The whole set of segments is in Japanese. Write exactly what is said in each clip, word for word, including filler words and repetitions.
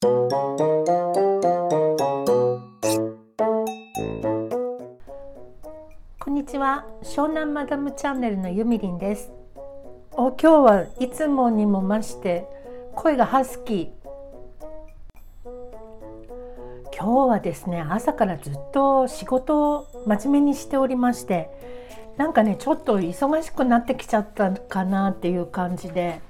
こんにちは、湘南マダムチャンネルのゆみりんです。お今日はいつもにも増して声がハスキー。今日はですね、朝からずっと仕事を真面目にしておりまして、なんかねちょっと忙しくなってきちゃったかなっていう感じで、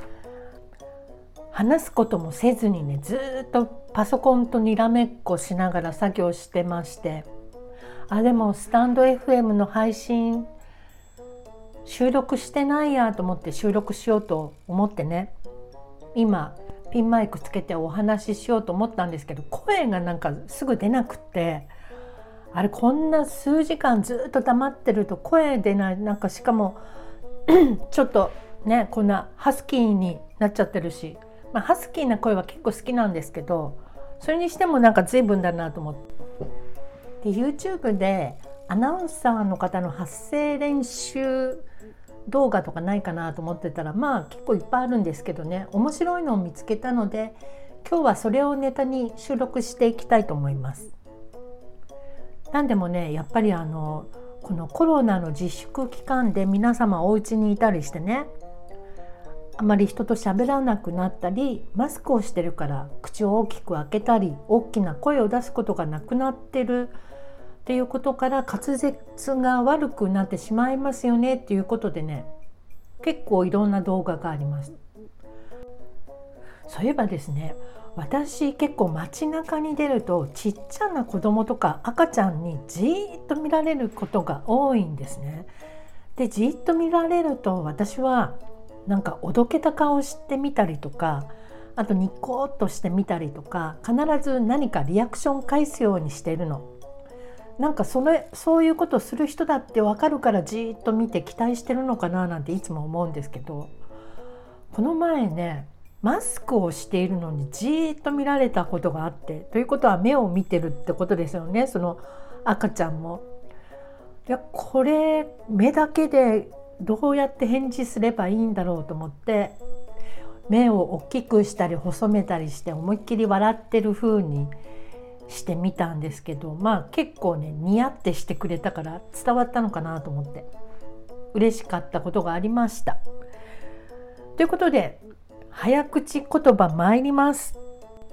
話すこともせずにねずっとパソコンとにらめっこしながら作業してまして、あでもスタンド エフエム の配信収録してないやと思って収録しようと思ってね、今ピンマイクつけてお話ししようと思ったんですけど、声がなんかすぐ出なくって、あれこんな数時間ずっと黙ってると声出ない、なんかしかもちょっとねこんなハスキーになっちゃってるし、まあ、ハスキーな声は結構好きなんですけど、それにしてもなんか随分だなと思って、で YouTube でアナウンサーの方の発声練習動画とかないかなと思ってたら、まあ結構いっぱいあるんですけどね、面白いのを見つけたので、今日はそれをネタに収録していきたいと思います。なんでもね、やっぱりあのこのコロナの自粛期間で皆様お家にいたりしてね、あまり人と喋らなくなったり、マスクをしてるから口を大きく開けたり大きな声を出すことがなくなってるっていうことから、滑舌が悪くなってしまいますよねっていうことでね、結構いろんな動画があります。そういえばですね、私結構街中に出るとちっちゃな子供とか赤ちゃんにじーっと見られることが多いんですね。でじーっと見られると、私はなんかおどけた顔してみたりとか、あとニコッとしてみたりとか、必ず何かリアクション返すようにしているの。なんかそれそういうことをする人だって分かるからじーっと見て期待してるのかななんていつも思うんですけど、この前ねマスクをしているのにじーっと見られたことがあって、ということは目を見てるってことですよね、その赤ちゃんも。いやこれ目だけでどうやって返事すればいいんだろうと思って、目を大きくしたり細めたりして思いっきり笑ってる風にしてみたんですけど、まあ結構ねニヤってしてくれたから伝わったのかなと思って嬉しかったことがありました。ということで早口言葉参ります。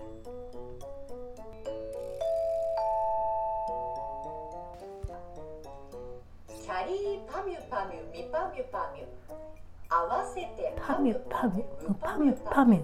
キャリーパミュパミュミパミュパミュ合わせてパミュパミュムパミュパミュ。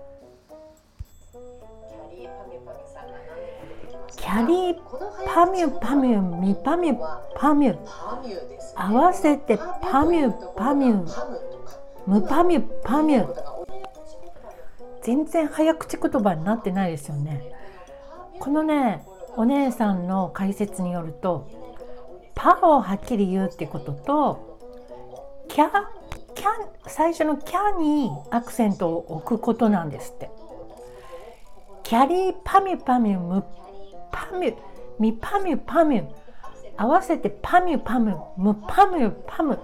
キャリーパミュパミュミパミュパミュ合わせてパミュパミュムパミュパミュ。全然早口言葉になってないですよね。このねお姉さんの解説によると、パをはっきり言うってことと、キャキャ最初のキャにアクセントを置くことなんですって。キャリーパミュパミュムパミュミパミュパミュ合わせてパミュパミュムパミュパミュ。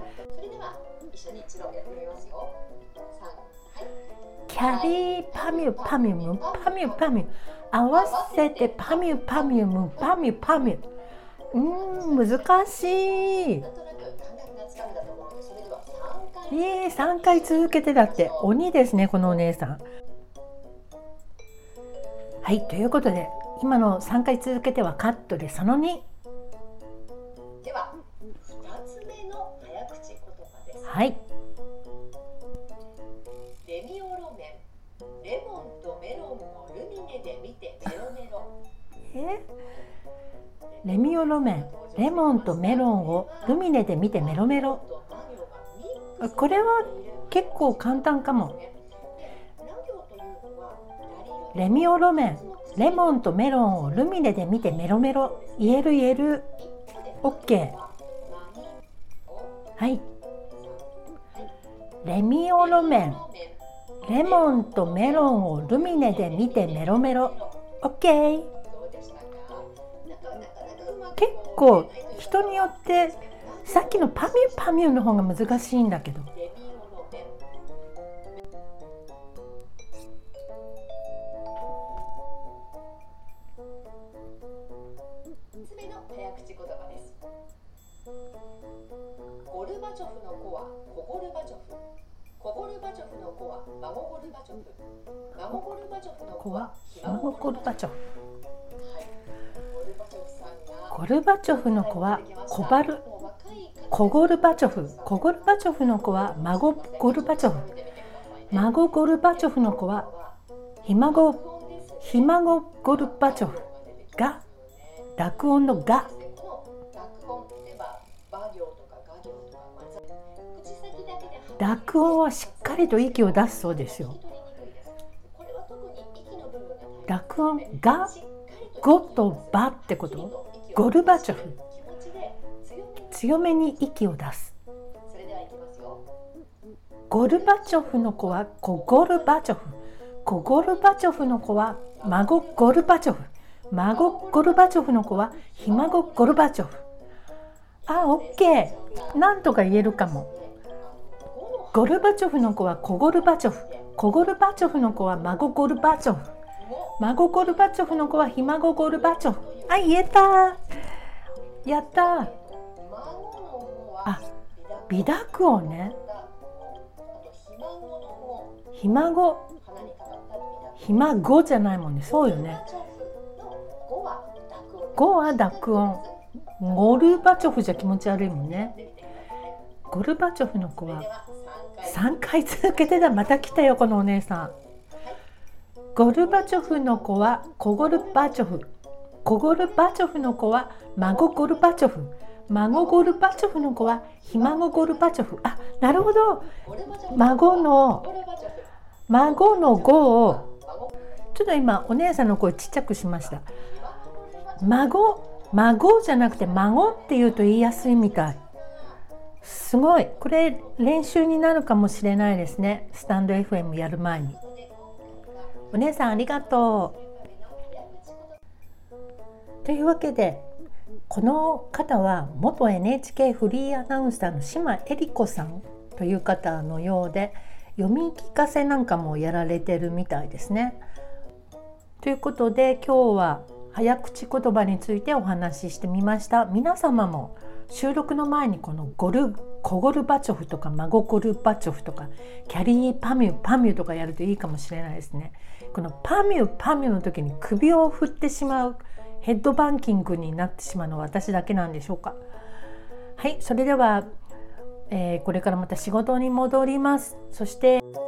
キャリーパミュパミュムパミュパミュ合わせてパミュパミュムパミュパミュ。うーん難しい。えー、さんかい続けてだって鬼ですねこのお姉さん。はい、ということで今のさんかい続けてはカットで、そのにではふたつめの早口言葉です。 はい。 レミオロメンレモンとメロンをルミネで見てメロメロ。 えレミオロメンレモンとメロンをルミネで見てメロメロ。これは結構簡単かも。レミオロメンレモンとメロンをルミネで見てメロメロ。言える言える。 OK。 はい。レミオロメンレモンとメロンをルミネで見てメロメロ。 OK。 結構人によってさっきのパミュパミュの方が難しいんだけど、 チョフの子は孫ゴルバチョフ。孫ゴルバチョフの子子ははひ孫ゴルバチョフ。 はい。ゴルバチョフさんがゴルバチョフの子はコバルコゴルバチョフ。コゴルバチョフの子は孫ゴルバチョフ。孫ゴルバチョフの子はひ孫ひ孫ゴルバチョフが濁音のが。濁音はしっかりと息を出すそうですよ。濁音がゴとバってこと。ゴルバチョフ、強めに息を出す。ゴルバチョフの子はコゴルバチョフ。コゴルバチョフの子は孫ゴルバチョフ。孫ゴルバチョフの子はひ孫ゴルバチョフ。あ、オッケー。なんとか言えるかも。ゴルバチョフの子はコゴルバチョフ。コゴルバチョフの子は孫ゴルバチョフ。孫ゴルバチョフの子はひ孫ゴルバチョフ。あ、言えた。やった。あ、微濁音ね。ひ孫ひ孫じゃないもんね。そうよね。ゴは濁音。ゴルバチョフじゃ気持ち悪いもんね。ゴルバチョフの子はさんかい続けてだ。また来たよこのお姉さん。ゴルバチョフの子はコゴルバチョフ。コゴルバチョフの子は孫ゴルバチョフ。孫ゴルバチョフの子はひ孫ゴルバチョフ。あ、なるほど。孫の孫の語をちょっと今お姉さんの声ちっちゃくしました。孫孫じゃなくて孫って言うと言いやすいみたい。すごい。これ練習になるかもしれないですね。スタンド エフエム やる前に。お姉さんありがとう。というわけでこの方は元 エヌエイチケー フリーアナウンサーの島恵里子さんという方のようで、読み聞かせなんかもやられてるみたいですね。ということで今日は早口言葉についてお話ししてみました。皆様も収録の前にこのゴルコゴルバチョフとか孫ゴルバチョフとかキャリーパミュパミュとかやるといいかもしれないですね。このパミュパミュの時に首を振ってしまう、ヘッドバンキングになってしまうのは私だけなんでしょうか。はい、それでは、えー、これからまた仕事に戻ります。そして